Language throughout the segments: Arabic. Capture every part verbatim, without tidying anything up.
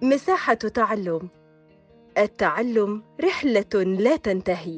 مساحة تعلم. التعلم رحلة لا تنتهي.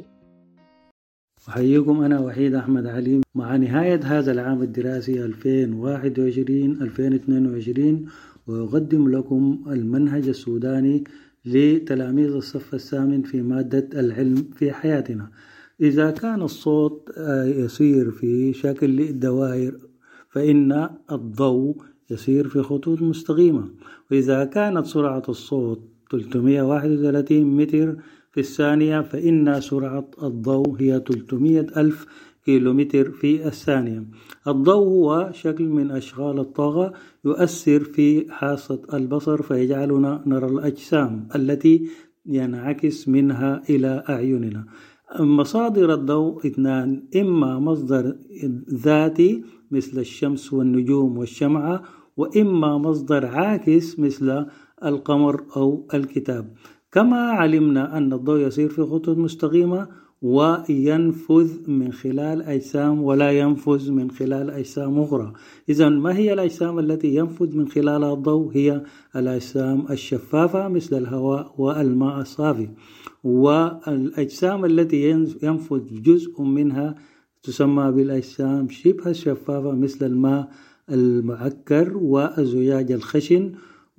أحييكم أنا وحيد أحمد علي مع نهاية هذا العام الدراسي ألفين وواحد وعشرين ألفين واثنين وعشرين، ويقدم لكم المنهج السوداني لتلاميذ الصف الثامن في مادة العلم في حياتنا. إذا كان الصوت يسير في شكل الدوائر فإن الضوء يسير في خطوط مستقيمة، وإذا كانت سرعة الصوت ثلاثمائة وواحد وثلاثين متر في الثانية فإن سرعة الضوء هي ثلاثمائة ألف كيلومتر في الثانية. الضوء هو شكل من أشغال الطاقة يؤثر في حاسة البصر فيجعلنا نرى الأجسام التي ينعكس منها إلى أعيننا. مصادر الضوء اثنان: إما مصدر ذاتي مثل الشمس والنجوم والشمعة، وإما مصدر عاكس مثل القمر أو الكتاب. كما علمنا أن الضوء يسير في خطوط مستقيمة وينفذ من خلال أجسام ولا ينفذ من خلال أجسام أخرى. إذن ما هي الأجسام التي ينفذ من خلالها الضوء؟ هي الأجسام الشفافة مثل الهواء والماء الصافي، والأجسام التي ينفذ جزء منها تسمى بالأجسام شبه الشفافة مثل الماء المعكر والزجاج الخشن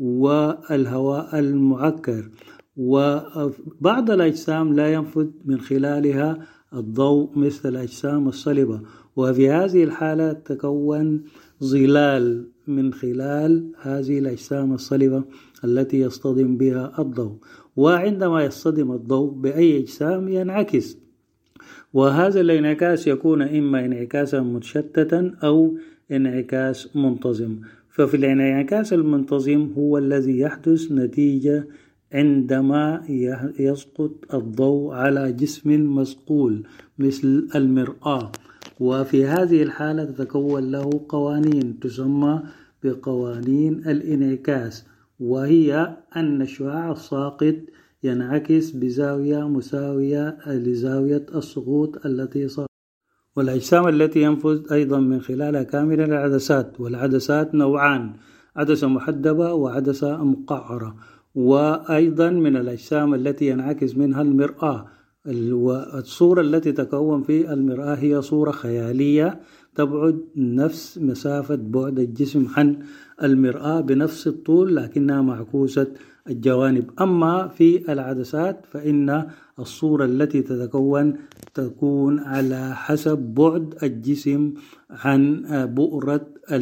والهواء المعكر. وبعض الأجسام لا ينفذ من خلالها الضوء مثل الأجسام الصلبة، وفي هذه الحالة تكون ظلال من خلال هذه الأجسام الصلبة التي يصطدم بها الضوء، وعندما يصطدم الضوء بأي أجسام ينعكس، وهذا الانعكاس يكون إما انعكاسا متشتتا أو انعكاس منتظم. ففي الانعكاس المنتظم هو الذي يحدث نتيجة عندما يسقط الضوء على جسم مثقول مثل المرآة، وفي هذه الحالة تتكون له قوانين تسمى بقوانين الانعكاس، وهي أن الشعاع الساقط ينعكس بزاوية مساوية لزاوية السقوط التي صارت. والأجسام التي ينفذ أيضا من خلالها كاميرا العدسات، والعدسات نوعان: عدسة محدبة وعدسة مقعرة. وأيضا من الأجسام التي ينعكس منها المرآة، والصورة التي تكون في المرآة هي صورة خيالية تبعد نفس مسافة بعد الجسم عن المرآة بنفس الطول لكنها معكوسة الجوانب. أما في العدسات فإن الصورة التي تتكون تكون على حسب بعد الجسم عن بؤرة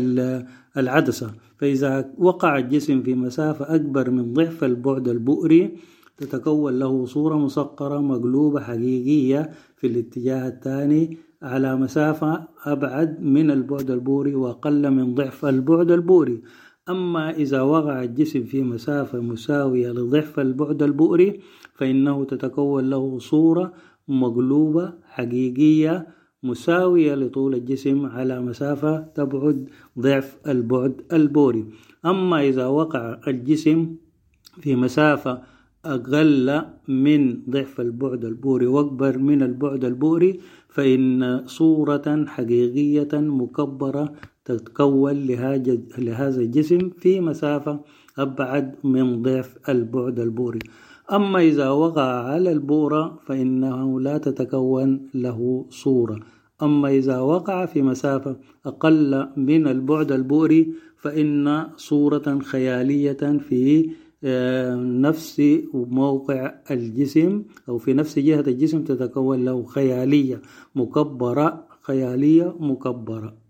العدسة، فإذا وقع الجسم في مسافة أكبر من ضعف البعد البؤري تتكون له صورة مسقرة مقلوبة حقيقية في الاتجاه الثاني على مسافة أبعد من البعد البؤري وأقل من ضعف البعد البؤري. أما إذا وقع الجسم في مسافة مساوية لضعف البعد البؤري فإنه تتكون له صورة مقلوبة حقيقية مساوية لطول الجسم على مسافة تبعد ضعف البعد البؤري. أما إذا وقع الجسم في مسافة أقل من ضعف البعد البؤري وأكبر من البعد البؤري فإن صورة حقيقية مكبرة تتكون لهذا الجسم في مسافة أبعد من ضعف البعد البؤري. أما إذا وقع على البؤرة فإنه لا تتكون له صورة. أما إذا وقع في مسافة أقل من البعد البؤري فإن صورة خيالية في نفس موقع الجسم أو في نفس جهة الجسم تتكون له خيالية مكبرة خيالية مكبرة.